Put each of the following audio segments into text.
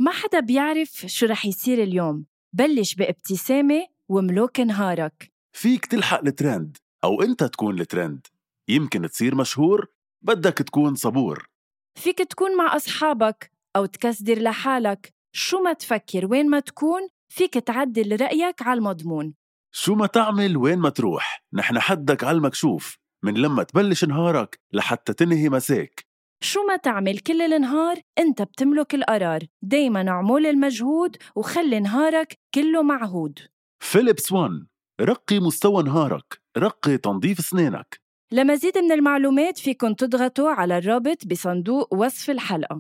ما حدا بيعرف شو رح يصير اليوم. بلش بابتسامة وملوك نهارك. فيك تلحق الترند أو أنت تكون الترند. يمكن تصير مشهور، بدك تكون صبور. فيك تكون مع أصحابك أو تكسدر لحالك. شو ما تفكر وين ما تكون، فيك تعدل رأيك على المضمون. شو ما تعمل وين ما تروح، نحن حدك على المكشوف، من لما تبلش نهارك لحتى تنهي مساك. شو ما تعمل كل النهار، انت بتملك القرار. دايما اعمل المجهود وخلي نهارك كله معهود. فيليبس وان، رقي مستوى نهارك، رقي تنظيف سنينك. لمزيد من المعلومات فيكن تضغطوا على الرابط بصندوق وصف الحلقة.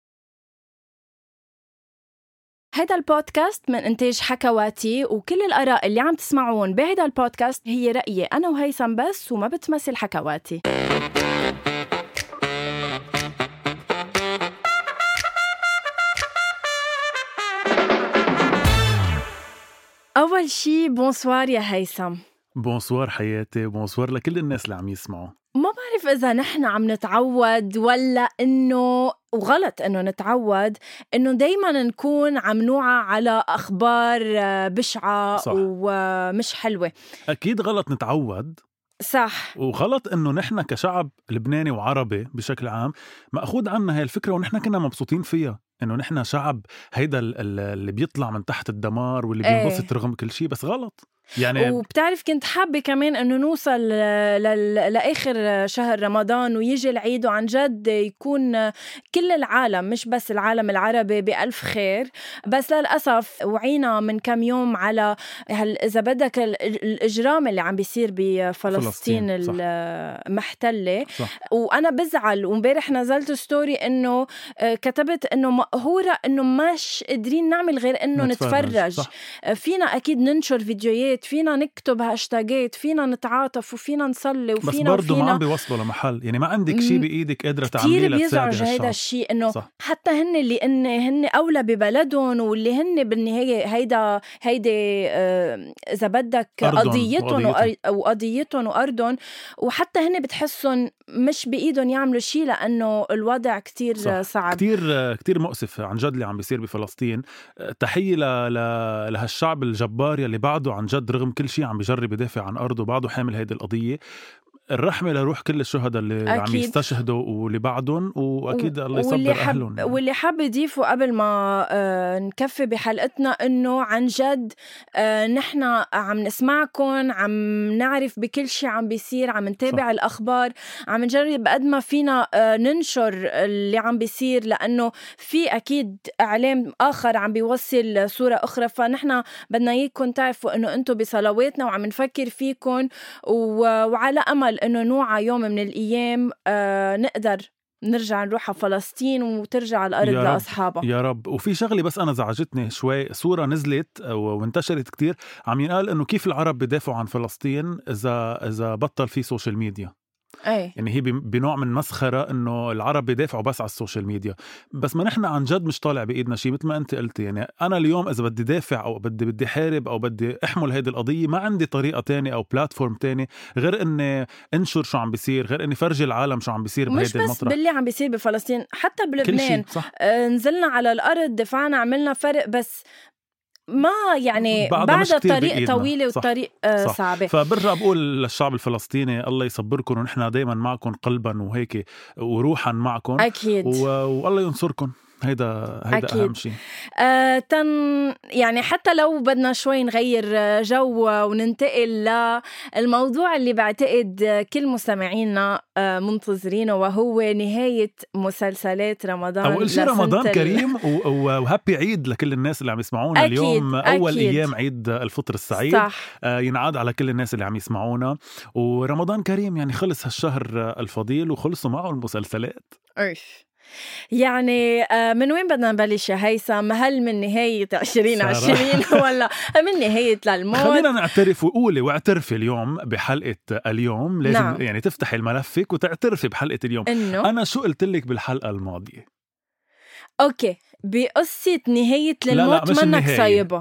هيدا البودكاست من إنتاج حكواتي، وكل الآراء اللي عم تسمعون بهيدا البودكاست هي رأيي أنا وهيثم بس، وما بتمثل حكواتي. أول شي بونسوار يا هيثم. بونسوار حياتي، بونسوار لكل الناس اللي عم يسمعوا. ما بعرف إذا نحن عم نتعود ولا إنه وغلط إنه نتعود إنه دايماً نكون عم نوعى على أخبار بشعة. صح. ومش حلوة. أكيد غلط نتعود. صح. وغلط إنه نحن كشعب لبناني وعربي بشكل عام مأخوذ عنا هاي الفكرة ونحن كنا مبسوطين فيها، إنه نحن شعب هيدا اللي بيطلع من تحت الدمار واللي بينبسط رغم كل شيء. بس غلط يعني. وبتعرف كنت حابة كمان أنه نوصل لآخر شهر رمضان ويجي العيد وعن جد يكون كل العالم مش بس العالم العربي بألف خير. بس للأسف وعينا من كم يوم على إذا بدك الإجرام اللي عم بيصير بفلسطين المحتلة. وأنا بزعل، ومبارح نزلت ستوري أنه كتبت أنه مقهورة أنه مش قادرين نعمل غير أنه نتفرج. فينا أكيد ننشر فيديوهات، فينا نكتب هاشتاجات، فينا نتعاطف وفينا نصلي وفينا بس برضو ما عم بيوصلوا لمحل. يعني ما عندك شيء بإيدك قادرة تعمليه لتساعد الشعب. هيدا الشيء إنه حتى هن اللي هن أولى ببلدهم، واللي هن بالنهاية هيدا إذا بدك قضيتهم وقضيتهم وأرضهم. وحتى هن بتحسن مش بإيدهم يعملوا شيء لأنه الوضع كتير صعب. كتير مؤسف عن جد اللي عم بيصير بفلسطين. تحية لهالشعب الجبار اللي بعده عن جد رغم كل شيء عم بيجرب يدافع عن أرضه، بعده حامل هيدي القضية. الرحمة لروح كل الشهداء اللي عم يستشهدوا واللي بعدهم، وأكيد الله يصبر أهلهم. واللي حاب يضيفوا قبل ما نكفي بحلقتنا إنه عن جد نحن عم نسمعكم، عم نعرف بكل شيء عم بيصير، عم نتابع الأخبار، عم نجرب قد ما فينا ننشر اللي عم بيصير، لأنه في أكيد إعلام آخر عم بيوصل صورة أخرى. فنحن بدنا إياكم تعرفوا إنه أنتوا بصلواتنا وعم نفكر فيكم، وعلى أمل إنه نوعى يوم من الأيام نقدر نرجع نروح على فلسطين وترجع الأرض لأصحابها يا رب. وفي شغلة بس أنا زعجتني شوي، صورة نزلت وانتشرت كتير عم ينقال إنه كيف العرب بدافعوا عن فلسطين إذا بطل في سوشيال ميديا. يعني هي بنوع من مسخرة إنه العرب بيدافعوا بس على السوشيال ميديا. بس ما نحن عن جد مش طالع بإيدنا شيء مثل ما أنت قلت. يعني أنا اليوم إذا بدي دافع أو بدي حارب أو بدي أحمل هيدي القضية، ما عندي طريقة تانية أو بلاتفورم تاني غير إني انشر شو عم بيصير، غير إني فرجي العالم شو عم بيصير بهيدي المطرح. مش بس باللي عم بيصير بفلسطين، حتى بلبنان نزلنا على الأرض، دفعنا، عملنا فرق، بس ما يعني بعد طريق طويلة والطريق صعبة. فبرجع بقول للشعب الفلسطيني الله يصبركم، ونحن دايما معكم قلبا وهيك وروحا معكم أكيد. والله ينصركم. هيدا أهم شيء. يعني حتى لو بدنا شوي نغير جو وننتقل للموضوع اللي بعتقد كل مستمعينا منتظرينه، وهو نهاية مسلسلات رمضان. أول شيء رمضان كريم وهابي عيد لكل الناس اللي عم يسمعونا اليوم. أول أيام عيد الفطر السعيد. صح. ينعاد على كل الناس اللي عم يسمعونا، ورمضان كريم. يعني خلص هالشهر الفضيل وخلصوا معه المسلسلات. يعني من وين بدنا نبلش يا هيثم؟ هل من نهاية 2020 ولا من نهاية للموت؟ خلينا نعترف وقولي واعترفي اليوم بحلقة اليوم. لازم يعني تفتحي الملفك وتعترفي بحلقة اليوم. أنا شو قلت لك بالحلقة الماضية؟ أوكي، بقصة نهاية للموت منك صايبة.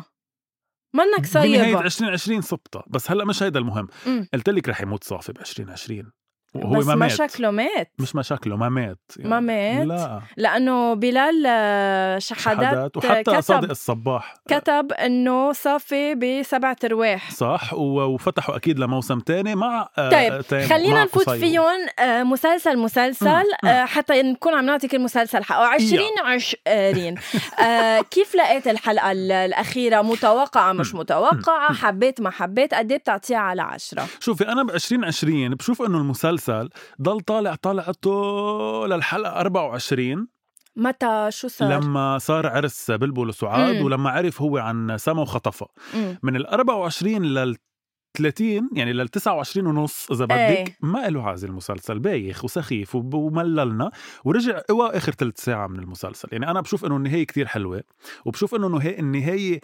بنهاية 2020 صبتة، بس هلأ مش هيدا المهم. قلت لك رح يموت صافي ب2020. وهو بس ما ما مات. شكله مات. مش ما شكله ما مات يعني ما مات لا. لأنه بلال شحادات وحتى صادق الصباح كتب إنه صافي ب7 أرواح صح. وفتحوا أكيد لموسم تاني مع طيب خلينا نفوت فيهم مسلسل حتى نكون عم نعطي كل مسلسل حقه 2020. كيف لقيت الحلقة الأخيرة؟ متوقعة مش متوقعة؟ حبيت ما حبيت؟ قد ايه بتعطيها على 10؟ شوفي أنا ب2020 بشوف إنه المسلسل ضل طالعته للحلقة 24. متى شو صار؟ لما صار عرس بلبل وسعاد ولما عرف هو عن سما وخطفها. من 24 لل30 يعني لل29 ونص إذا بدك ما له عازل المسلسل بايخ وسخيف ومللنا ورجع قوى آخر 3 ساعة من المسلسل. يعني أنا بشوف إنه النهاية كتير حلوة وبشوف إنه النهاية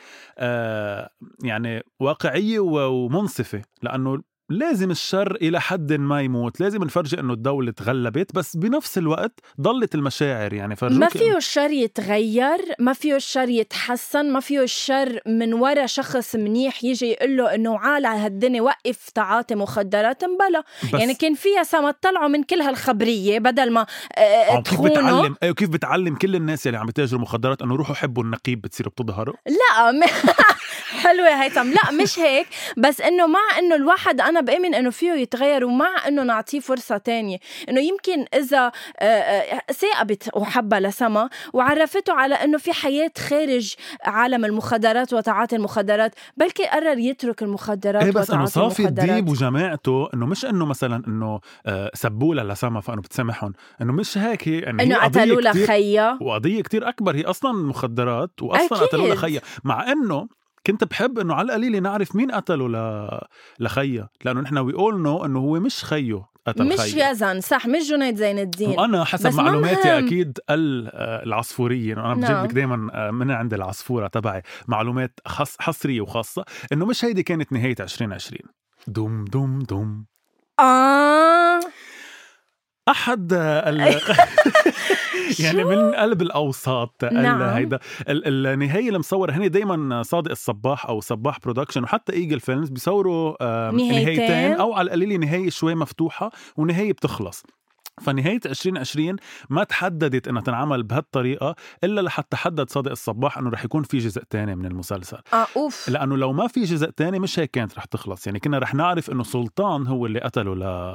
يعني واقعية ومنصفة لأنه لازم الشر إلى حد ما يموت. لازم نفرجي إنه الدولة تغلبت بس بنفس الوقت ضلت المشاعر يعني ما فيه الشر يتغير، ما فيه الشر يتحسن، ما فيه الشر من وراء شخص منيح يجي يقول له إنه على هالدنيا وقف تعاطي مخدرات مبلا. يعني كان فيها سما طلعوا من كل هالخبرية بدل ما تخونوا. كيف بتعلم كل الناس اللي عم يتاجروا مخدرات إنه روحوا حبوا النقيب بتصيروا بتظهروا. لا حلوة هيثم. لا مش هيك، بس إنه مع إنه الواحد أنا بأمن إنه فيه يتغير ومع إنه نعطيه فرصة تانية. إنه يمكن إذا ثاقبت وحبة لسما وعرفته على إنه في حياة خارج عالم المخدرات وتعاطي المخدرات بلكي قرر يترك المخدرات بس إنه صافي الديب وجماعته إنه مش إنه مثلا إنه سبولة لسما فإنه بتسامحهم. إنه مش هيك، إنه قتلوا لها خيا وقضية كتير أكبر. هي أصلا مخدرات وأصلا قتلوا لها خيا. مع إنه كنت بحب إنه على القليل نعرف مين قتله لخيا لأنه نحن we all know إنه هو مش خيو قتل مش يزن صح، مش جنيد زين الدين. وأنا حسب معلوماتي أكيد العصفورية أنا بجيب لك دايما من عند العصفورة تبعي معلومات حصرية وخاصة إنه مش هيدي كانت نهاية 2020. دوم دوم دوم أحد يعني من قلب الأوساط. هيدا النهاية المصورة هني دايما صادق الصباح أو صباح برودكشن وحتى إيجل فيلمز بيصوروا نهايتين أو على القليل نهاية شوي مفتوحة ونهاية بتخلص. فنهاية 2020 ما تحددت أنها تنعمل بهالطريقة إلا لحتى حدد صادق الصباح أنه رح يكون في جزء تاني من المسلسل. أوف. لأنه لو ما في جزء تاني مش هيك كانت رح تخلص. يعني كنا رح نعرف أنه سلطان هو اللي قتله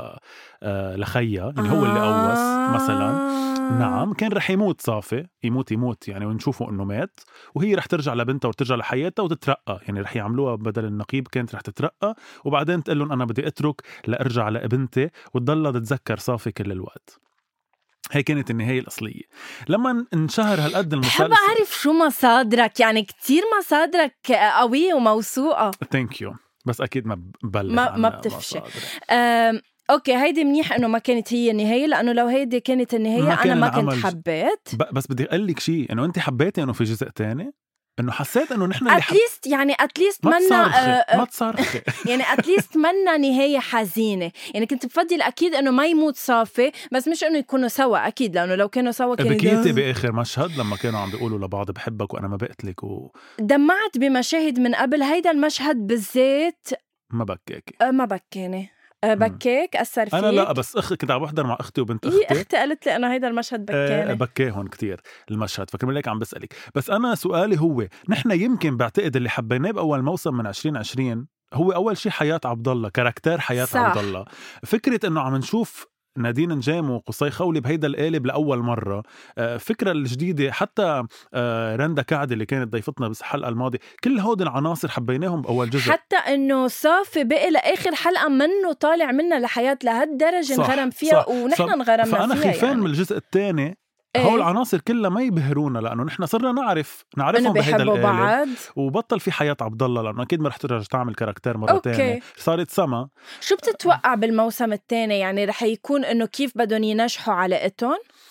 لخيا يعني هو اللي أوس مثلا. نعم كان رح يموت صافي يموت يعني ونشوفه أنه مات وهي رح ترجع لبنتها وترجع لحياتها وتترقى. يعني رح يعملوها بدل النقيب كانت رح تترقى وبعدين تقول لهم أنا بدي أترك لأرجع لابنتي وتضلها تتذكر صافي كل الوقت. هي كانت النهاية الأصلية. لما انشهر هالقد المسلسل بحب أعرف شو مصادرك، يعني كتير مصادرك قوية وموثوقة. Thank you. بس أكيد ما ببلغ ما بتفشي. أوكي هيدي منيح إنه ما كانت هي النهاية لأنه لو هيدي كانت النهاية أنا ما كنت حبيت. بس بدي أقول لك شيء إنه أنت حبيتي إنه في جزء تاني. إنه حسيت إنه نحن أتليست يعني أتليست ما تصرخي يعني أتليست منا نهاية حزينة. يعني كنت بفضل أكيد إنه ما يموت صافي بس مش إنه يكونوا سوا أكيد لأنه لو كانوا سوا كانوا بكيتي بآخر مشهد لما كانوا عم بيقولوا لبعض بحبك وأنا ما بقتلك دمعت بمشاهد من قبل. هيدا المشهد بالذات ما بكاكي ما بكاني بكيك أثر فيك؟ أنا لا بس كنت عم بحضر مع أختي وبنت أختي. أختي قالت لي أنا هيدا المشهد بكاني. بكاهن كتير المشهد فكرمال هيك عم بسألك. بس أنا سؤالي هو نحن يمكن بعتقد اللي حبيناه بأول موسم من 2020 هو أول شيء حياة عبد الله كاركتير حياة عبد الله. فكرة إنه عم نشوف نادين نجام وقصي خولي بهيدا القالب لأول مرة. فكرة الجديدة حتى رندا كعد اللي كانت ضيفتنا بالحلقة الماضية كل هود العناصر حبيناهم بأول جزء. حتى إنه صافي بقي لآخر حلقة منه طالع منا لحياة لهالدرجة انغرم فيها ونحن انغرمنا فيها. فأنا خيفان يعني من الجزء الثاني هول العناصر كلها ما يبهرونا لأنه نحن صرنا نعرفهم بهيدا القالب وبطل في حياة عبد الله لأنه أكيد ما رح ترجع تعمل كاركتير مرة تانية. صارت سما. شو بتتوقع بالموسم الثاني؟ يعني رح يكون إنه كيف بدهم ينجحوا علاقتهم؟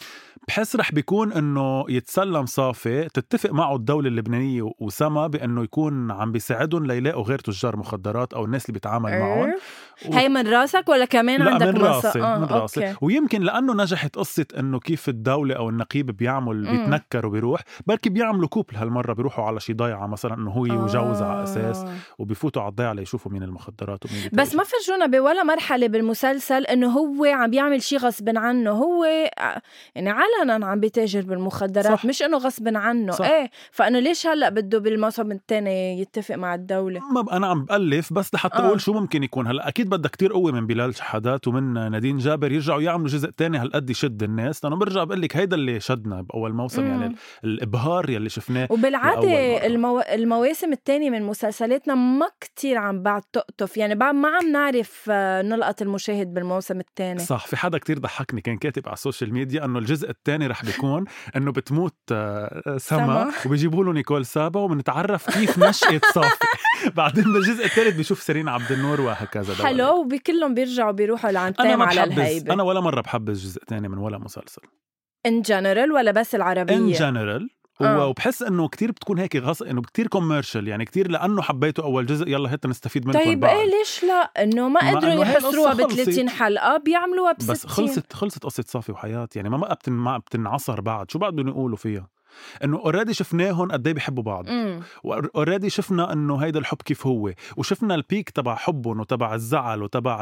بحس رح بيكون انه يتسلم صافي، تتفق معه الدولة اللبنانية وسما بانه يكون عم بيساعدهم ليلاقوا غير تجار مخدرات او الناس اللي بيتعامل معهم. هي من راسك ولا كمان لا عندك من راسي من راسي. أوكي. ويمكن لانه نجحت قصة انه كيف الدولة او النقيب بيعمل بيتنكر وبيروح، بركي بيعملوا كوبل هالمرة، بيروحوا على شي ضيعة مثلا انه هو وجوز على اساس، وبيفوتوا على الضيعة ليشوفوا مين المخدرات ومين بيتاجر. بس ما فرجونا بولا مرحلة بالمسلسل انه هو عم بيعمل شي غصب عنه، هو يعني علنا عم بيتاجر بالمخدرات. صح. مش انه غصب عنه. صح. ايه فانه ليش هلا بده بالموسم الثاني يتفق مع الدولة؟ ما انا عم بألف بس لحتى اقول شو ممكن يكون. هلا اكيد بدها كتير قوة من بلال شحادات ومن نادين جابر يرجعوا يعملوا جزء تاني هالقد يشد الناس، لانه برجع بقول لك هيدا اللي شدنا باول موسم. يعني الابهار يلي شفناه. وبالعاده المواسم الثانيه من مسلسلاتنا ما كتير عم بعد تقطف، يعني بعد ما عم نعرف نلقط المشاهد بالموسم الثاني. صح. في حدا كتير ضحكني كان كاتب على السوشيال ميديا انه الجزء الثاني رح بيكون انه بتموت سما وبيجيبوا له نيكول سابا وبنتعرف كيف نشأت صافي. بعدين بالجزء الثالث بيشوف سيرين عبد النور وهكذا. حلو. وبكلهم بيرجعوا بيروحوا لعنتام على الهيبة. انا ولا مرة بحب الجزء الثاني من ولا مسلسل in general ولا بس العربية؟ in general. وبحس انه كتير بتكون هيك انه كتير كوميرشال، يعني كتير لانه حبيته اول جزء يلا هيت نستفيد منكم. طيب ايه ليش لا انه ما قدروا يحصروها ب30 حلقة بيعملوا ب60؟ بس خلصت قصة صافي وحياة، يعني ما بتنعصر بعد. شو بعدهم يقولوا فيها؟ انه اوريدي شفناهم قد ايه بيحبوا بعض، واوريدي شفنا انه هيدا الحب كيف هو، وشفنا البيك تبع حبهم وتبع الزعل وتبع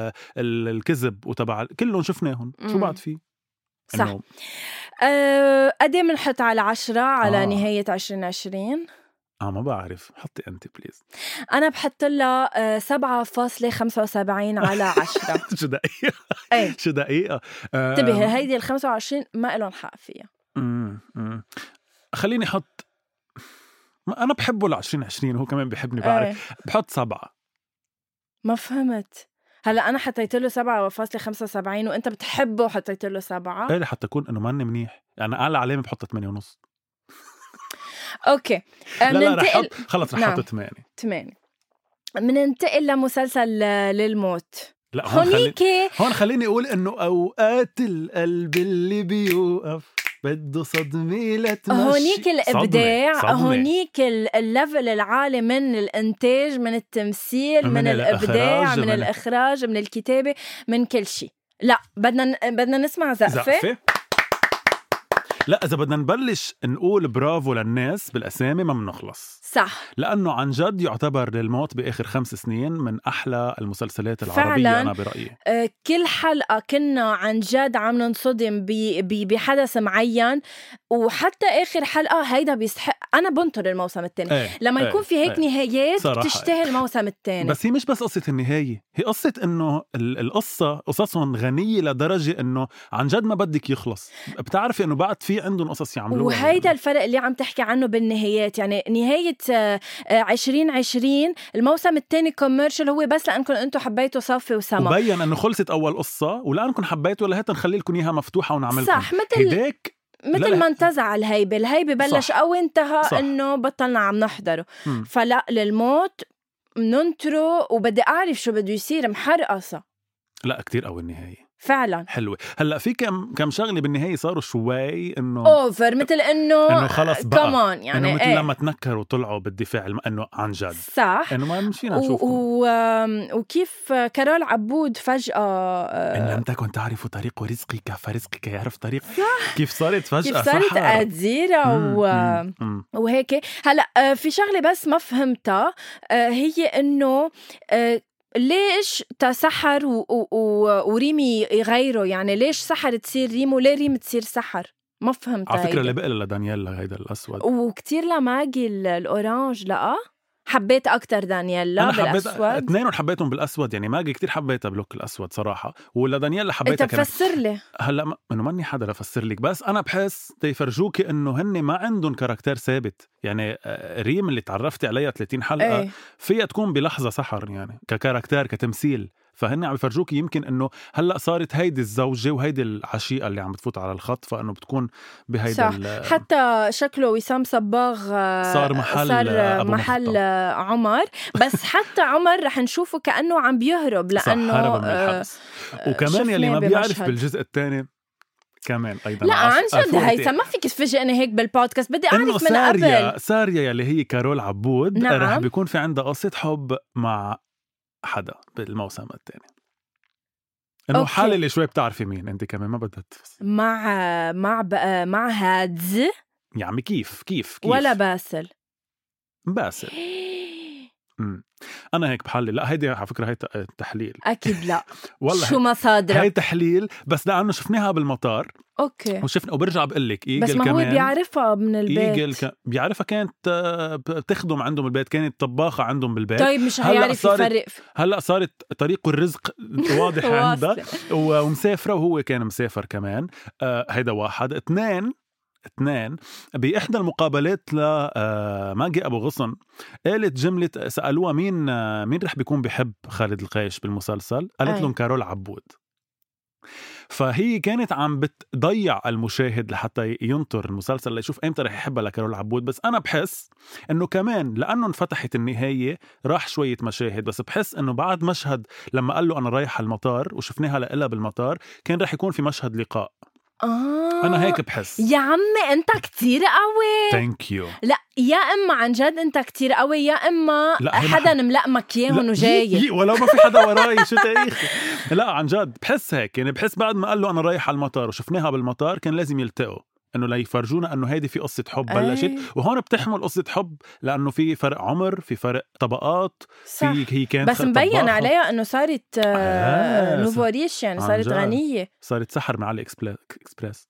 الكذب وتبع كلهم شفناهم. شو بعد فيه؟ صح. قد ايه بنحط على 10 على نهاية 2020؟ ما بعرف، حطي انت بليز. انا بحط لها 7.75 على 10. شو دقيقة؟ ايه شو دقيقة. انتبه هيدي ال25 ما إلهم حق فيها. خليني حط، انا بحبه ل2020 وهو كمان بيحبني بعرف. بحط 7. ما فهمت. هلا انا حطيت له 7.75 وانت بتحبه وحطيت له 7. ايه حتى يكون انه ماني منيح، يعني اعلى علامه بحط 8.5. اوكي. لا رح احط خلص، رح احط 8. مننتقل لمسلسل للموت. لا هون خليني اقول انه اوقات القلب اللي بيوقف بده صدمة لتمشي. هونيك الإبداع، هونيك الليفل العالي من الإنتاج، من التمثيل، من الإبداع، من الإخراج، من الكتابة، من كل شيء. لا بدنا نسمع زقفة. لا إذا بدنا نبلش نقول برافو للناس بالأسامي ما بنخلص. صح. لأنه عن جد يعتبر للموت بآخر 5 سنين من أحلى المسلسلات العربية فعلاً. أنا برأيي كل حلقة كنا عن جد عم ننصدم بحدث معين، وحتى آخر حلقة هيدا بيستحق. أنا بنطر الموسم الثاني لما يكون في هيك نهايات بتشتهي الموسم الثاني. بس هي مش بس قصة النهاية، هي قصة إنه القصة قصصهم غنية لدرجة إنه عن جد ما بدك يخلص. بتعرفي إنه بعد في عندهم قصص يعملوها، وهيدا الفرق اللي عم تحكي عنه بالنهايات. يعني نهاية 2020 الموسم الثاني كوميرشال هو بس لأنكم أنتوا حبيتوا صافي وسما، وبين أنه خلصت أول قصة ولأنكم حبيتوا لهيت نخلي لكم إياها مفتوحة ونعملكم. صح. مثل ما انتزع الهيبة بلش صح. أو انتهى صح. إنه بطلنا عم نحضره. فلا للموت ننطره وبدي أعرف شو بده يصير. محرقصة. لا كتير قوي النهاية فعلا حلوة. هلا في كم شغله بالنهايه صاروا شوي انه اوفر، مثل انه خلص بقى كمان يعني إنه مثل لما تنكروا وطلعوا بالدفاع انه عن جد صح، انه ما مشينا نشوفهم. وكيف كارول عبود فجأة ان لم تكن تعرف طريق رزقك فرزقك يعرف طريق. كيف صارت فجأة كيف صارت قديرة وهيك. هلا في شغله بس ما فهمتها، هي انه ليش تسحر وريمي يغيره؟ يعني ليش سحر تصير ريم وليه ريم تصير سحر؟ ما فهمت. على فكرة اللي بقى لدانييلا هيدا الأسود، وكتير لماجي الأورانج. لا حبيت أكتر دانييلا بالأسود. اثنين حبيتهم بالأسود، يعني ماجي كتير حبيتها بلوك الأسود صراحة، ولا دانييلا حبيتها كمان. تفسر لي هلا إنه ماني حدا لفسر لك، بس أنا بحس تيفرجوكي إنه هن ما عندهم كاركتير ثابت. يعني ريم اللي تعرفتي عليها 30 حلقة فيها تكون بلحظة سحر، يعني ككاركتير كتمثيل. فهن عم يفرجوك يمكن انه هلا صارت هيدي الزوجه وهيدي العشيقه اللي عم بتفوت على الخط، فانه بتكون بهيدا حتى شكله وسام صباغ صار محل عمر. بس حتى عمر رح نشوفه كأنه عم بيهرب لانه وكمان يلي ما بيعرف بالجزء الثاني كمان أيضا. لا عن جد هيثم ما فيك تفاجئني هيك بالبودكاست، بدي أعرف من قبل. ساريا اللي هي كارول عبود نعم. رح بيكون في عندها قصة حب مع حدا بالموسم الثاني. إنه حالة اللي شوي بتعرفي مين أنت كمان ما بدها تفس مع هادز يا عمي كيف ولا باسل أنا هيك بحلل. لا هيدي على فكرة هي تحليل أكيد لا والله شو مصادرك؟ هي تحليل بس لأنه شفناها بالمطار. أوكي. وشفنا وبرجع بقلك إيجل بس ما كمان هو بيعرفها من البيت. إيجل بيعرفها، كانت بتخدم عندهم بالبيت، كانت طباخة عندهم بالبيت. طيب مش هيعرف يفرق. هلأ صارت طريق الرزق واضح عندها ومسافرة وهو كان مسافر كمان. هيدا واحد. اثنين بإحدى المقابلات لماجي أبو غصن قالت جملة، سألوها مين رح بيكون بيحب خالد القيش بالمسلسل، قالت لهم كارول عبود. فهي كانت عم بتضيع المشاهد لحتى ينطر المسلسل ليشوف امتى رح يحبها لكارول عبود. بس أنا بحس إنه كمان لأنه انفتحت النهاية راح شوية مشاهد، بس بحس إنه بعد مشهد لما قال له أنا رايح على المطار وشفناها لإلها بالمطار كان رح يكون في مشهد لقاء. أنا هيك بحس. يا عمي أنت كتير قوي. Thank you. لا يا إما عن جد أنت كتير قوي، يا إما حدا ملقمك ياهن وجاي ولو ما في حدا وراي شو تاريخي. لا عن جد بحس هيك، يعني بحس بعد ما قال له أنا رايح على المطار وشفناها بالمطار كان لازم يلتقوا، إنه ليفرجونا إنه هيدي في قصة حب بلشت. وهون بتحمل قصة حب لأنه في فرق عمر، في فرق طبقات، في هي كانت بس مبين عليها إنه صارت نوفوريش، يعني صارت غنية، صارت سحر مع علي إكسبريس.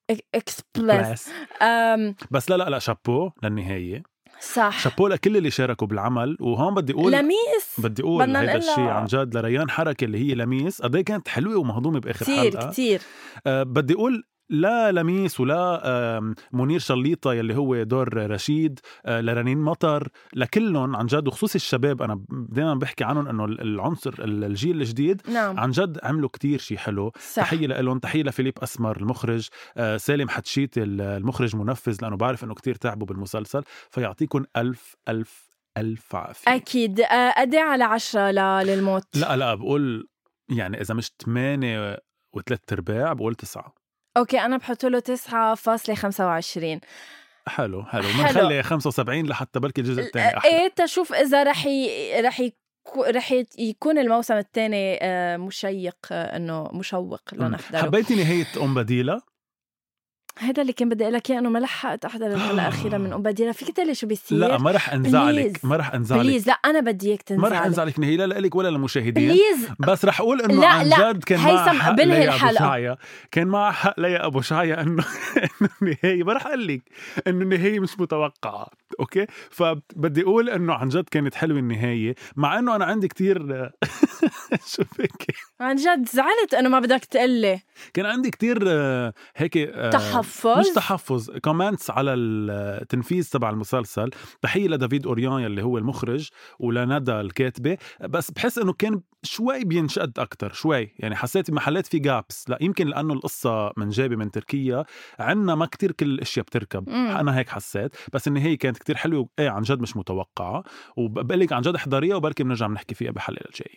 بس لا شابو للنهاية. صح، شابو لكل اللي شاركوا بالعمل. وهون بدي أقول هيدا الشيء عن جد لريان حركة اللي هي لميس، قد ايه كانت حلوة ومهضومة بآخر حلقة كتير. بدي أقول لا لميس ولا منير شليطة يلي هو دور رشيد، لرنين مطر، لكلهم عن جد، وخصوص الشباب أنا دائما بحكي عنهم أنه العنصر الجيل الجديد. نعم. عن جد عملوا كتير شيء حلو. تحية لهم، تحية لفيليب أسمر المخرج، سالم حتشيت المخرج منفذ، لأنه بعرف أنه كتير تعبوا بالمسلسل، فيعطيكم ألف عافية. أكيد. أدي على 10 للموت. لا بقول يعني إذا مش 8 و3/4 بقول 9. أوكي أنا بحط له 9.25. حلو منخلي 75 لحتى بركي الجزء الثاني أحلى. إيه تشوف إذا رح يكون الموسم الثاني مشيق، إنه مشوق لنحضره. حبيتي نهاية أم بديلة؟ هذا اللي كان بدي أقولك، أنه ما لحقت أحضر الحلقة الأخيرة من أم بديلة. فيك تقولي شو بيصير؟ لا ما رح أنزعلك. بليز لا أنا بدي إياك تنزعلك. ما رح أنزعلك نهاية لا لك ولا للمشاهدين بليز. بس رح أقول إنه عن جد كان معها حق ليا أبو شعيا، كان معها حق ليا أبو شعيا إنه النهاية ما رح أقول لك إنه النهاية مش متوقعة. أوكي فبدي أقول إنه عن جد كانت حلوة النهاية، مع إنه أنا عندي كتير شو فيك عن جد زعلت إنه ما بدك تقلي. كان عندي كتير هيك مش تحفظ كومنتس على التنفيذ تبع المسلسل. تحية لدافيد أوريان اللي هو المخرج ولندى الكاتبة، بس بحس إنه كان شوي بينشد أكتر شوي، يعني حسيت محلات في جابس. لا يمكن لأنه القصة جايبة من تركيا، عنا ما كتير كل الأشياء بتركب. أنا هيك حسيت، بس النهاية كانت كتير حلوة عن جد مش متوقعة. وبقلك عن جد احضريها وبركي بنرجع بنحكي فيها بحلقة الجاي.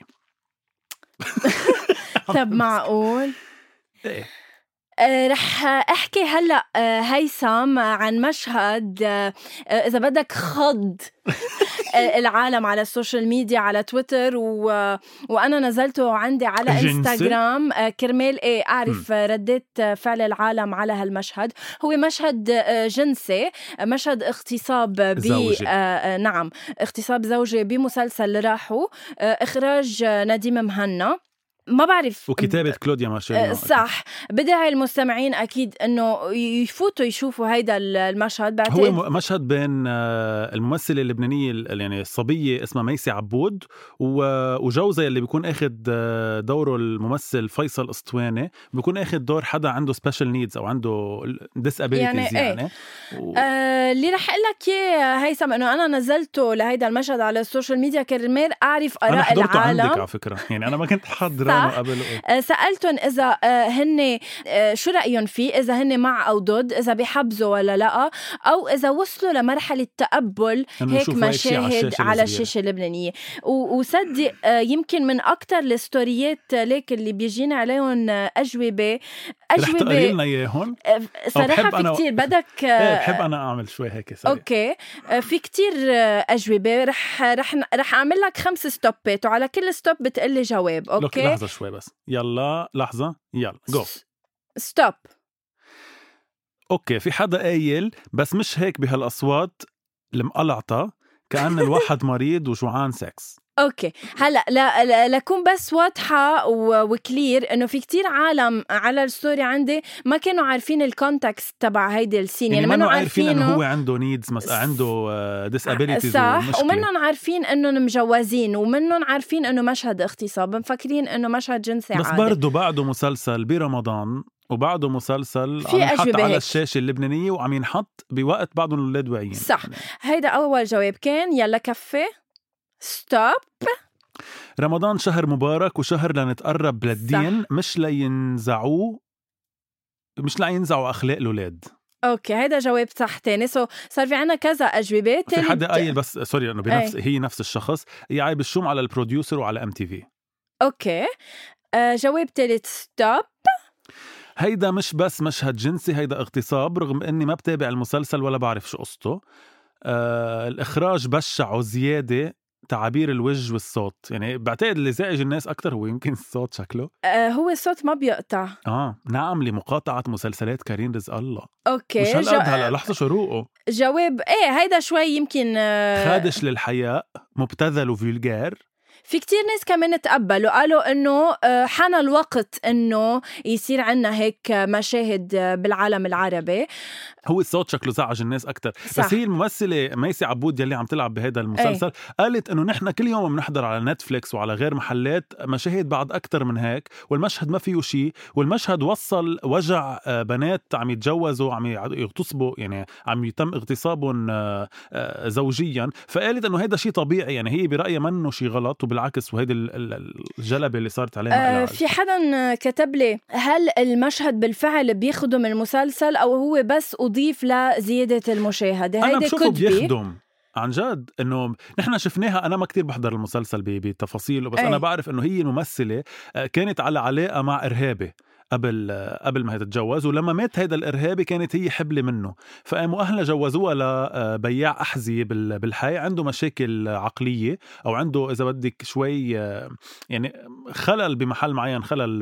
طب معقول؟ إيه رح أحكي هلأ هيثم عن مشهد إذا بدك خض العالم على السوشيال ميديا، على تويتر وأنا نزلته عندي على إنستغرام كرمال أعرف ردات فعل العالم على هالمشهد. هو مشهد جنسي، مشهد اغتصاب نعم اغتصاب زوجي بمسلسل راحوا، إخراج نديم مهنا، ما بعرف، وكتابة كلوديا مارشال. صح. بدعي المستمعين أكيد أنه يفوتوا يشوفوا هيدا المشهد. هو مشهد بين الممثلة اللبنانية يعني الصبية اسمها ميسي عبود وجوزها اللي بيكون أخد دوره الممثل فيصل اسطواني، بيكون أخد دور حدا عنده special needs أو عنده disabilities يعني. اللي رح أقلك هيثم أنه أنا نزلته لهيدا المشهد على السوشيال ميديا كرمال أعرف آراء العالم. أنا حضرته عندك على فكرة، يعني أنا ما كنت حاضرة صح. سألتهم إذا هن شو رأيهم فيه، إذا هن مع أو ضد، إذا بيحبزوا ولا لا، أو إذا وصلوا لمرحلة تقبل هيك مشاهد على الشاشة اللبنانية. وصدق يمكن من أكتر الستوريات ليك اللي بيجينا عليهم أجوبة رح تقري لنا إياهم صراحة في كتير. بدك بحب أنا أعمل شوي هيك سريع. أوكي، في كتير أجوبة. رح أعمل لك 5 ستوبات، وعلى كل ستوب بتقلي جواب. أوكي لحظة شوي بس، يلا لحظة، يلا جو ستوب. أوكي، في حدا قايل بس مش هيك بهالأصوات المقلعطة، كأن الواحد مريض وجوعان سكس. اوكي هلا لكون بس واضحه وكلير انه في كتير عالم على الستوري عندي ما كانوا عارفين الكونتكست تبع هيدي السين، يعني ما عارفين انه هو عنده نيدز عنده disabilities، صح، ومنهم عارفين انهم مجوزين، ومنهم عارفين انه مشهد اغتصاب، مفكرين انه مشهد جنسي بس عادي. برضه بعده مسلسل برمضان وبعده مسلسل عم ينحط على الشاشة اللبنانية وعم ينحط بوقت بعضهم الولاد واعيين. صح يعني. هيدا أول جواب كان. يلا كفي ستوب. رمضان شهر مبارك وشهر لنتقرب للدين، مش لينزعوا أخلاق الولاد. اوكي هيدا جواب صح تاني. صار في عنا كذا أجوبة. في حدا قايل بس سوري انه بنفس هي نفس الشخص يعيب الشوم على البروديوسر وعلى MTV. اوكي جواب تالت ستوب. هيدا مش بس مشهد جنسي، هيدا اغتصاب، رغم اني ما بتابع المسلسل ولا بعرف شو قصته. الإخراج بشع وزيادة، تعابير الوجه والصوت، يعني بعتقد اللي زعج الناس أكتر هو يمكن الصوت شكله. هو الصوت ما بيقطع. نعم، لمقاطعة مسلسلات كريم رزق الله. أوكي مش هالقد هلا لحظة شروقه. جواب هيدا شوي يمكن خادش للحياء، مبتذل وفولجار. في كتير ناس كمان تقبلوا، قالوا إنه حان الوقت إنه يصير عنا هيك مشاهد بالعالم العربي. هو الصوت شكله زعج الناس أكتر. صح. بس هي الممثلة ميسي عبود يلي عم تلعب بهذا المسلسل قالت إنه نحن كل يوم بنحضر على نتفليكس وعلى غير محلات مشاهد بعد أكتر من هيك، والمشهد ما فيه شيء، والمشهد وصل وجع بنات عم يتجوزوا، عم يغتصبوا، يعني عم يتم اغتصابهم زوجيا. فقالت إنه هذا شيء طبيعي، يعني هي برأيها منه شيء غلط، بالعكس وهيدي الجلبة اللي صارت عليها. في حدا كتب لي هل المشهد بالفعل بيخدم المسلسل أو هو بس أضيف لزيادة المشاهدة؟ أنا بشوفه بيخدم عن جد. إنه نحن شفناها، أنا ما كتير بحضر المسلسل بتفاصيله، بس أنا بعرف إنه هي الممثلة كانت على علاقة مع إرهابي قبل ما هي تتجوز، ولما مات هيدا الإرهابي كانت هي حبلة منه، فقاموا أهلها جوزوها لبياع أحذية بالحي عنده مشاكل عقلية، أو عنده إذا بدك شوي يعني خلل بمحل معين، خلل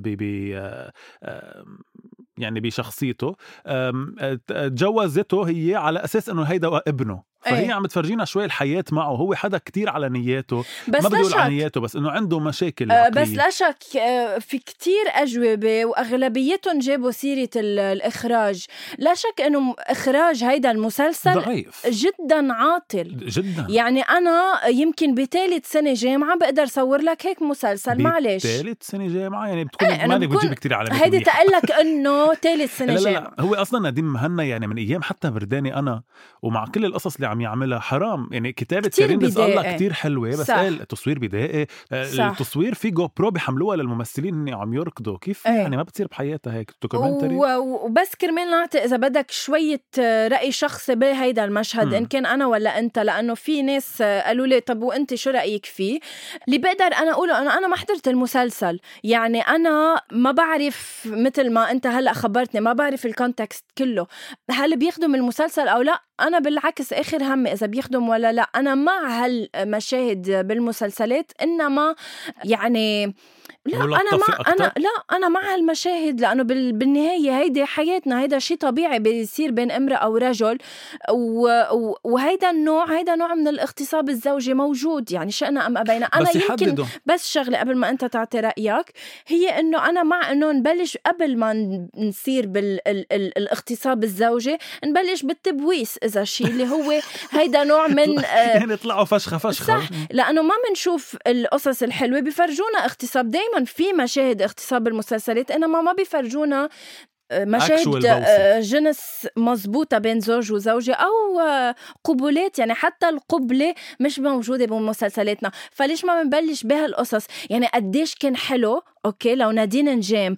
يعني بشخصيته. تجوزته هي على أساس إنه هيدا ابنه، فهي عم تفرجينا شوي الحياة معه. هو حدا كتير على نياته، ما بدول على نياته، بس إنه عنده مشاكل عقلية. بس لا شك في كتير أجوبة وأغلبيتهم جابوا سيرة الإخراج. لا شك إنه إخراج هيدا المسلسل ضعيف جدا عاطل جدا. يعني أنا يمكن بثالث سنة جامعة بقدر صور لك هيك مسلسل. معلش ثالث سنة جامعة يعني بتكون مالك بتجيب كتير على هيدي تقلك إنه ثالث سنة جامعة. هو أصلا نديم مهنا يعني من أيام حتى برداني أنا، ومع كل القصص اللي عم يعملها حرام. يعني كتابة كريم رزق الله كتير حلوة، بس التصوير بدائي. التصوير في جو برو بيحملوها للممثلين إني عم يركضوا كيف يعني ما بتصير بحياتها هيك دوكيومنتري. وبس كرمال نعطي إذا بدك شوية رأي شخصي بهيدا المشهد إن كان أنا ولا أنت، لأنه في ناس قالوا لي طب وأنت شو رأيك فيه؟ اللي بقدر أنا أقوله أنا ما حضرت المسلسل، يعني أنا ما بعرف مثل ما أنت هلأ خبرتني، ما بعرف الكونتكست كله، هل بيخدم المسلسل أو لا. أنا بالعكس آخر همي إذا بيخدم ولا لا. أنا مع هالمشاهد بالمسلسلات، إنما يعني لا أنا مع هالمشاهد، لأنه بالنهاية هيدا حياتنا، هيدا شيء طبيعي بيصير بين امرأة أو رجل، وهيدا نوع من الاغتصاب الزوجي موجود، يعني شئنا أم أبينا. أنا يمكن بس شغلة قبل ما أنت تعطي رأيك، هي إنه أنا مع إنه نبلش قبل ما نصير بالاغتصاب الزوجي نبلش بالتبويس، إذا شيء اللي هو هيدا نوع من يعني طلعوا فشخة صح، لأنه ما منشوف القصص الحلوة، بيفرجونا اغتصاب. دايما في مشاهد اغتصاب بالمسلسلات، إنما ما بيفرجونا مشاهد جنس مزبوطة بين زوج وزوجة أو قبولات. يعني حتى القبلة مش موجودة بمسلسلاتنا، فليش ما بنبلش بهالقصص؟ يعني قديش كان حلو اوكي لو نادين نجام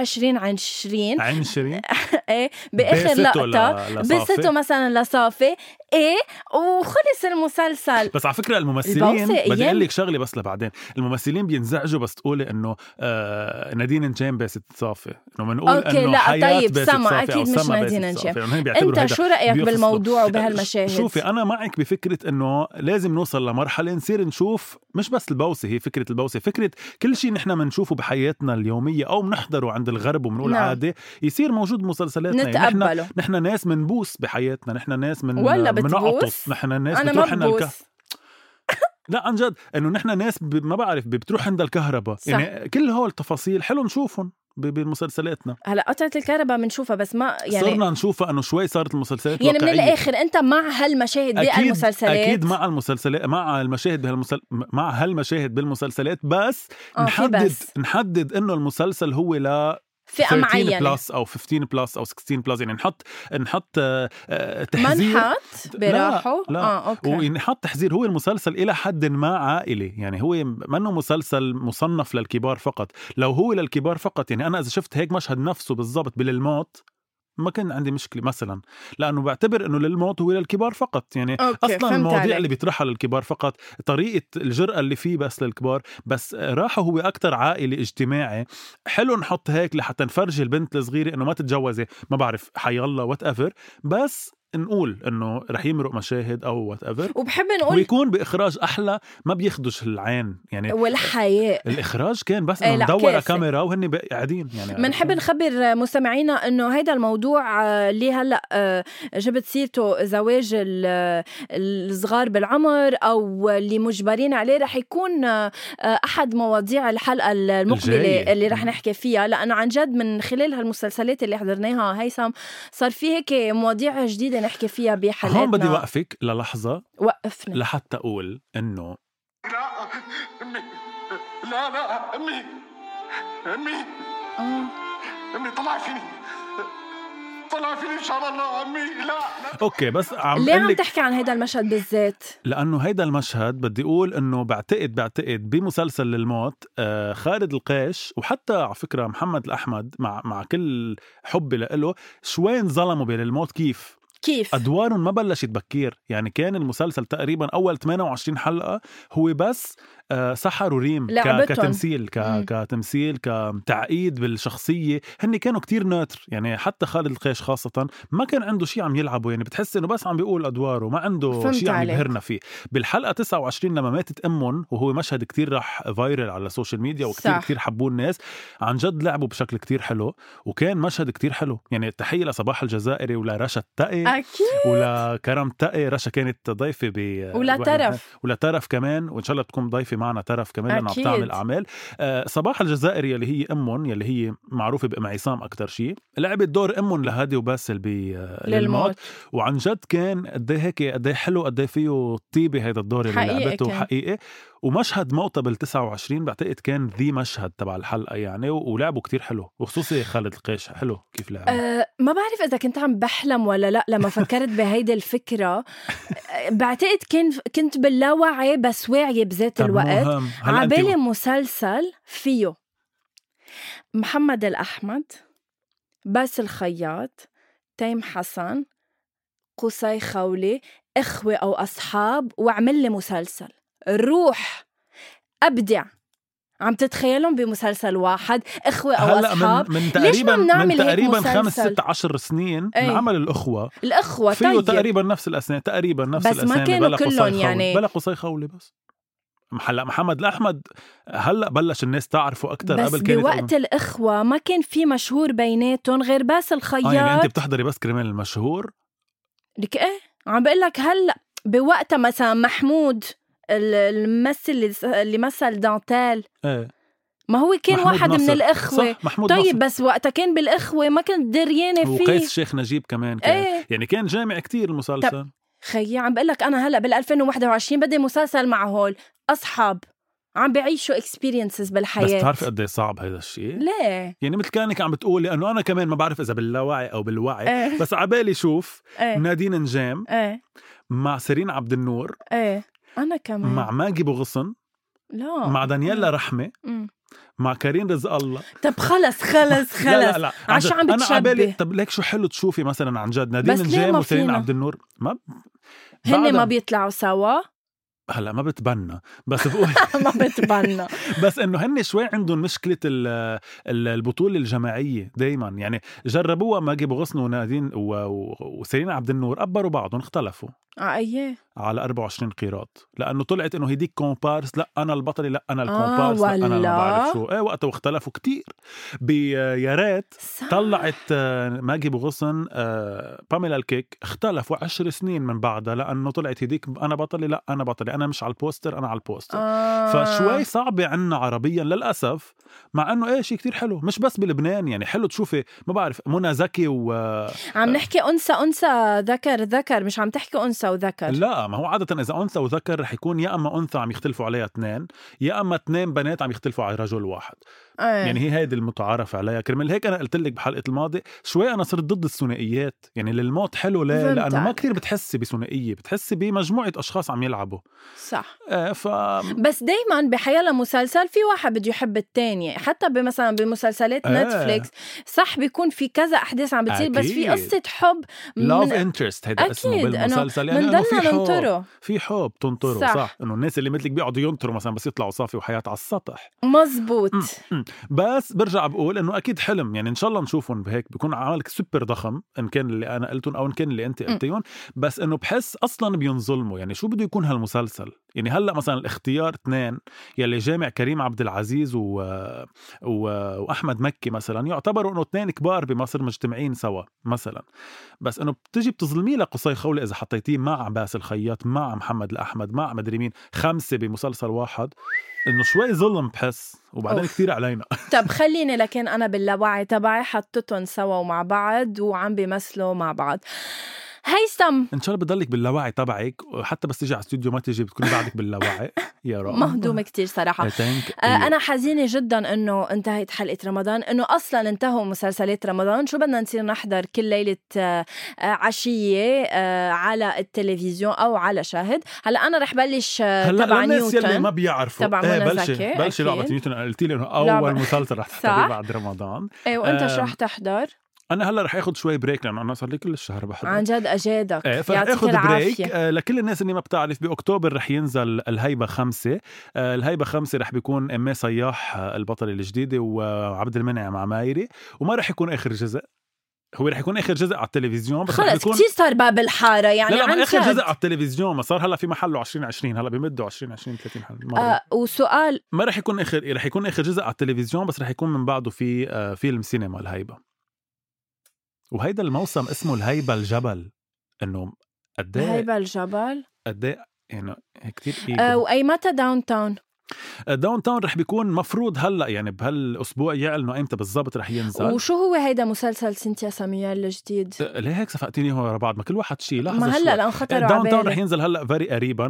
ب20 عين شيرين ايه باخر لقطه بسته مثلا لصافي ايه وخلص المسلسل. بس على فكره الممثلين بدي اقول لك شغله بس لبعدين، الممثلين بينزعجوا بس تقولي انه نادين نجام باسة صافي، انه بنقول انه حياة طيب باسة سما صافي اكيد مش نادين نجام. انت شو رايك بالموضوع وبهالمشاهد؟ شوفي انا معك بفكره انه لازم نوصل لمرحله نصير نشوف مش بس البوسه، هي فكره البوسه، فكره كل شيء نحن بنشوفه بحياتنا اليوميه او بنحضره عند الغرب وبنقول عادي يصير موجود مسلسلاتنا. نتقبله. نحن ناس منبوس بحياتنا، نحن ناس بنعطس، نحن ناس أنا بتروح عندنا لا عن جد انه نحن ناس ما بعرف بتروح عند الكهرباء، يعني كل هول التفاصيل حلو نشوفهم بمسلسلاتنا. هلا قطعة الكهرباء بنشوفها بس ما يعني صرنا نشوفها انه شوي صارت المسلسلات يعني واقعية. من الاخر انت مع هالمشاهد بالمسلسلات؟ اكيد مع المسلسلات، مع المشاهد مع هالمشاهد بالمسلسلات، بس نحدد انه المسلسل هو لا فئة معينة بلس أو 15 بلس أو 16 بلس، يعني نحط تحذير، منحط براحه أوكي. ونحط تحذير هو المسلسل إلى حد ما عائلي، يعني هو منه مسلسل مصنف للكبار فقط. لو هو للكبار فقط يعني أنا إذا شفت هيك مشهد نفسه بالضبط بالموت ما كان عندي مشكلة مثلا، لأنه بعتبر أنه للموت هو للكبار فقط، يعني أصلا المواضيع اللي بيطرحها للكبار فقط، طريقة الجرأة اللي فيه بس للكبار، بس راحه هو أكتر عائلي اجتماعي. حلو نحط هيك لحتى نفرجي البنت الصغيرة أنه ما تتجوزي، ما بعرف حي الله whatever، بس نقول انه رح يمرق مشاهد او whatever، وبحب نقول ويكون باخراج احلى ما بيخدش العين يعني والحياة. الاخراج كان بس انه ندور كاميرا وهن قاعدين يعني. بنحب نخبر مستمعينا انه هيدا الموضوع اللي هلا جبت سيرته زواج الصغار بالعمر او اللي مجبرين عليه رح يكون احد مواضيع الحلقة المقبلة اللي رح نحكي فيها، لانه عن جد من خلال هالمسلسلات اللي حضرناها هيثم صار في هيك مواضيع جديدة نحكي فيها بحلقتنا. هون بدي وقفك للحظة، وقفنا لحتى أقول إنه لا أمي، لا أمي أمي طلع فيني إن شاء الله أمي. لا أوكي بس ليه عم تحكي عن هيدا المشهد بالذات؟ لأنه هيدا المشهد بدي أقول إنه بعتقد بمسلسل للموت خالد القيش وحتى على فكرة محمد الأحمد مع كل حبي له شوي انظلموا بالموت. كيف أدوارهم ما بلشت بكير، يعني كان المسلسل تقريبا أول 28 حلقة هو بس سحر وريم كتمثيل كتمثيل كتعقيد بالشخصية. هن كانوا كتير ناتر، يعني حتى خالد القيش خاصة ما كان عنده شيء عم يلعبه، يعني بتحس إنه بس عم بيقول أدواره ما عنده شيء عم يبهرنا فيه. بالحلقة 29 لما ماتت أمهم، وهو مشهد كتير راح فايرل على السوشيال ميديا وكتير حبوه الناس، عن جد لعبوا بشكل كتير حلو وكان مشهد كتير حلو. يعني تحية لصباح الجزائري ولرشا التقي ولا كرم تقي. رشا كانت ضيفة ولا ترف كمان، وإن شاء الله بتكون ضيفة معنا ترف كمان لأنها بتعمل أعمال. صباح الجزائري اللي هي أمون يلي هي معروفة بأم عصام أكتر شيء، لعبت دور أمون لهادي وباسل للموت. وعن جد كان قد حلو قد فيه طيبة هيدا الدور اللي لعبته حقيقي. ومشهد موتة بال29 بعتقد كان ذي مشهد تبع الحلقة يعني، ولعبوا كتير حلو وخصوصي خالد القيش حلو كيف لعب. ما بعرف إذا كنت عم بحلم ولا لا لما فكرت بهيدي الفكرة. بعتقد كنت باللاوعي بس واعية بذات الوقت. عبالي مسلسل فيه محمد الأحمد، باسل الخياط، تيم حسن، قصي خولي، إخوة أو أصحاب، وعمل لي مسلسل روح أبدع. عم تتخيلهم بمسلسل واحد، إخوة أو أصحاب. من تقريبا 5-6-10 سنين انعمل الأخوة فيه طيب. تقريبا نفس الأسنان بس ما كانوا كلهم يعني بلا قصي خولي بس. هلا محمد الأحمد هلا بلش الناس تعرفه أكتر، بس قبل كانت بوقت الإخوة ما كان في مشهور بيناتهم غير باسل الخياط. يعني أنت بتحضري بس كرمال المشهور لك إيه عم بقول لك. هلا بوقتها مثلا محمود الممثل اللي مثل دانتال ما هو كان واحد نصر. من الإخوة. طيب نصر. بس وقتها كان بالإخوة ما كنت دريانة فيه. وقيس الشيخ نجيب كمان كان يعني كان جامع كتير المسلسل. خيي عم بقول لك أنا هلا بال2021 بدي مسلسل مع هول أصحاب عم بعيشوا experiences بالحياة. بس تعرف قد ايه صعب هذا الشيء؟ ليه؟ يعني مثل كانك عم بتقول لأنه أنا كمان ما بعرف إذا باللاوعي أو بالوعي بس عبالي شوف نادين نجام مع سيرين عبد النور، أنا كمان مع ماجي بوغصن، لا مع دانييلا رحمة، مع كريم رزق الله. طب خلص لا عشان عم انا عبالي. بتشبه. طب ليك شو حلو تشوفي مثلا عن جد نادين بس ليه الجام ما وسيرين فينا؟ عبد النور هن ما بيطلعوا سوا. هلا ما بتبنى بس بقول ما بتبنى. بس انه هن شوي عندهم مشكله البطوله الجماعيه دايما. يعني جربوها ماجي بوغصن ونادين وسيرين عبد النور، قبروا بعضهم، اختلفوا ايه على 24 قيراط، لانه طلعت انه هيديك كومبارس، لا انا البطله، لا انا الكومبارس، لا انا ما بعرف شو. وقتها واختلفوا كتير. يا ريت طلعت ماجي بوغصن باميلا الكيك، اختلفوا 10 سنين من بعدها، لانه طلعت هيديك انا بطله، لا انا بطله، انا مش على البوستر، انا على البوستر. فشوي صعبة عنا عربيا للأسف، مع انه شيء كتير حلو، مش بس بلبنان. يعني حلو تشوفي ما بعرف منى زكي عم نحكي أنثى ذكر، مش عم تحكي أنثى وذكر. لا، ما هو عادة إذا أنثى وذكر رح يكون يا أما أنثى عم يختلفوا عليها 2، يا أما 2 بنات عم يختلفوا على رجل واحد. يعني هي هيدي المتعارف عليها. كرمال هيك أنا قلت لك بحلقة الماضي شوي أنا صرت ضد الثنائيات. يعني للموت حلو ليه؟ لأنه ما كتير بتحسي بثنائية، بتحسي بمجموعة أشخاص عم يلعبوا. صح. بس دايما بحيالا مسلسل في واحد بده يحب التاني. حتى مثلا بمسلسلات نتفليكس صح بيكون في كذا أحداث عم بتصير، بس في قصة حب، love interest هيدا اسمه بالمسلسل. يعني إنه في حب تنطره. صح إنه الناس اللي مثلك بيقعدوا ينطروا مثلا بس يطلعوا صافي وحياة على السطح. مزبوط. بس برجع بقول إنه أكيد حلم. يعني إن شاء الله نشوفهم بهيك، بيكون عملك سوبر ضخم إن كان اللي أنا قلتهم أو إن كان اللي أنت قلتيهم. بس إنه بحس أصلا بينظلموا. يعني شو بده يكون هالمسلسل؟ يعني هلأ مثلا الاختيار 2 يلي جامع كريم عبد العزيز وأحمد مكي مثلا، يعتبروا إنه 2 كبار بمصر مجتمعين سوا مثلا. بس إنه بتجي بتظلميه لقصي خولة إذا حطيتيه مع عباس الخياط، مع محمد الأحمد، مع مدري مين، 5 بمسلسل واحد. إنه شوي ظلم بحس، وبعدين كتير علينا. طب خليني، لكن أنا باللاوعي تبعي حطتهم سوا مع بعض وعم بيمثلوا مع بعض. هيثم ان شاء الله بضلك باللاوعي تبعك، وحتى بس تيجي على الاستوديو ما تيجي بتكوني بعدك باللاوعي. يا رب مهضومة كتير صراحة. أنا حزينة جدا إنه انتهت حلقة رمضان، إنه أصلا انتهوا مسلسلات رمضان. شو بدنا نصير نحضر كل ليلة عشية على التلفزيون أو على شاهد؟ هلأ أنا رح بلش تبع نيوتن اللي ما بيعرفوا تبع بلش لعبة نيوتن. قلتي لي إنه أول مسلسل رح تحضريه بعد رمضان. وأنت شو رح تحضر؟ أنا هلأ رح أخذ شوي بريك، لأنه أنا صار لي كل الشهر بحضر. عن جد أجادك. يعطيك بريك. لكل الناس اللي ما بتعرف، بأكتوبر رح ينزل الهيبة 5. الهيبة 5 رح بيكون أمي صياح البطلة الجديدة وعبد المنعم عمايري، وما رح يكون آخر جزء. هو رح يكون آخر جزء على التلفزيون، بس خلص كتير صار باب الحارة. يعني لا آخر جزء على التلفزيون، ما صار هلا في محله 2020، هلا بيمدوا 2020 30 حلقة. وسؤال، ما رح يكون رح يكون آخر جزء على التلفزيون، بس رح يكون من بعده في فيلم سينما الهيبة. وهيدا الموسم اسمه الهيبة الجبل. إنه قديه الهيبة الجبل قديه يعني كتير وأي متى داون تاون رح بيكون مفروض هلأ، يعني بهالأسبوع يعلنوا إمتى بالضبط رح ينزل. وشو هو هيدا مسلسل سينتيا سامويل الجديد؟ ليه هيك صفقتيني هو ورا بعض؟ ما كل واحد شيء. لحظة، ما هلأ لأن خطروا داون تاون رح ينزل هلأ very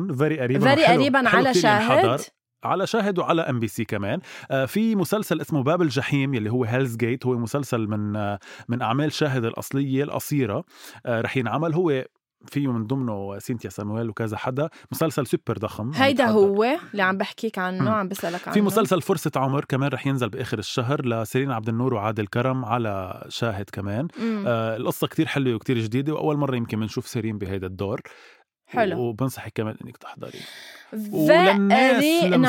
قريبا على شاهد. على شاهد وعلى MBC كمان. في مسلسل اسمه باب الجحيم يلي هو هيلز جيت، هو مسلسل من أعمال شاهد الأصلية القصيرة. رح ينعمل، هو فيه من ضمنه سينتيا سامويل وكذا حدا. مسلسل سوبر ضخم. هيدا هو اللي عم بحكيك عنه، عم بسألك عنه. في مسلسل فرصة عمر كمان رح ينزل بآخر الشهر لسيرين عبد النور وعادل كرم على شاهد كمان. القصة كتير حلوة وكتير جديدة، وأول مرة يمكن منشوف سيرين بهيدا الدور. حلو. وبنصحك كمان انك تحضري. وللناس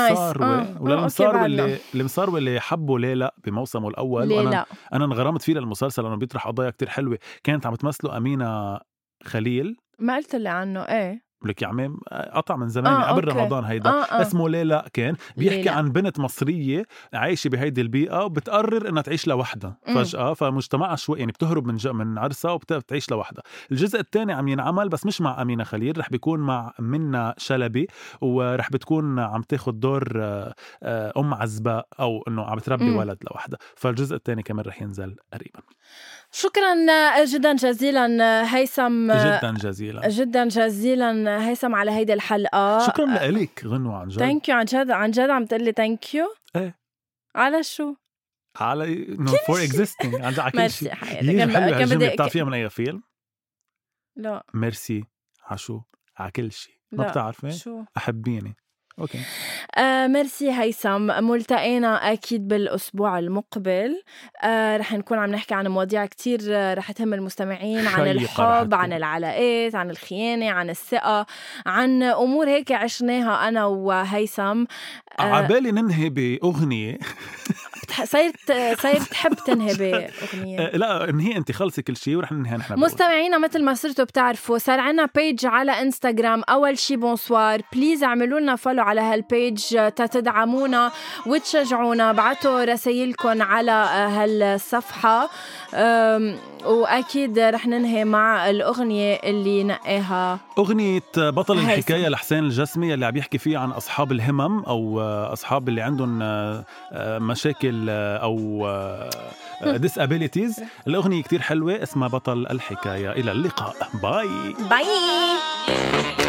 المصاروي اللي حبوا ليلى بموسمه الاول، وانا انغرمت فيه للمسلسل لانه بيطرح قضايا كتير حلوه. كانت عم تمثله امينه خليل، ما قلت لي عنه. لك يا عمي قطع من زمان قبل رمضان. هيدا اسمه ليلى. كان بيحكي عن بنت مصرية عايشة بهيدي البيئة وبتقرر انها تعيش لوحدها فجأة. فمجتمعها شوي يعني بتهرب من عرسها وبتعيش لوحدها. الجزء الثاني عم ينعمل بس مش مع أمينة خليل، رح بيكون مع منى شلبي، ورح بتكون عم تاخد دور أم عزباء، أو إنه عم تربي ولد لوحدها. فالجزء الثاني كمان رح ينزل قريبا. شكرا جدا جزيلا هيثم. جدا جزيلا هيثم على هيدي الحلقة. شكرا لك غنوة، عن جد. ثانك يو. عن جد عم تقلي ثانك يو. على شو؟ على فور اكزيستينج. عن جد على كل شيء. كان بدي بتعرفيها من أي فيلم؟ لا. ميرسي عشو على كل شيء. ما بتعرفي؟ شو؟ أحبيني. أوكي. ميرسي هيثم، ملتقينا أكيد بالأسبوع المقبل. رح نكون عم نحكي عن مواضيع كتير رح تهم المستمعين، عن الحب، عن العلاقات، عن الخيانة، عن الثقة، عن أمور هيك عشناها أنا وهيثم. عبالي ننهي بأغنية. صايرت تحب تنهي بأغنية؟ لا انهي انت، خلصي كل شيء ورح ننهي نحن. مستمعينا مثل ما صرتوا بتعرفوا صار عنا بيج على انستغرام أول شي بونسوار. بليز اعملوا لنا فولو على هالبيج تدعمونا وتشجعونا. بعتوا رسائلكم على هالصفحة. وأكيد رح ننهي مع الأغنية اللي نقاها، أغنية بطل الحكاية لحسين الجسمي اللي عم يحكي فيه عن أصحاب الهمم أو أصحاب اللي عندهم مشاكل أو disabilities. الأغنية كتير حلوة اسمها بطل الحكاية. إلى اللقاء. باي.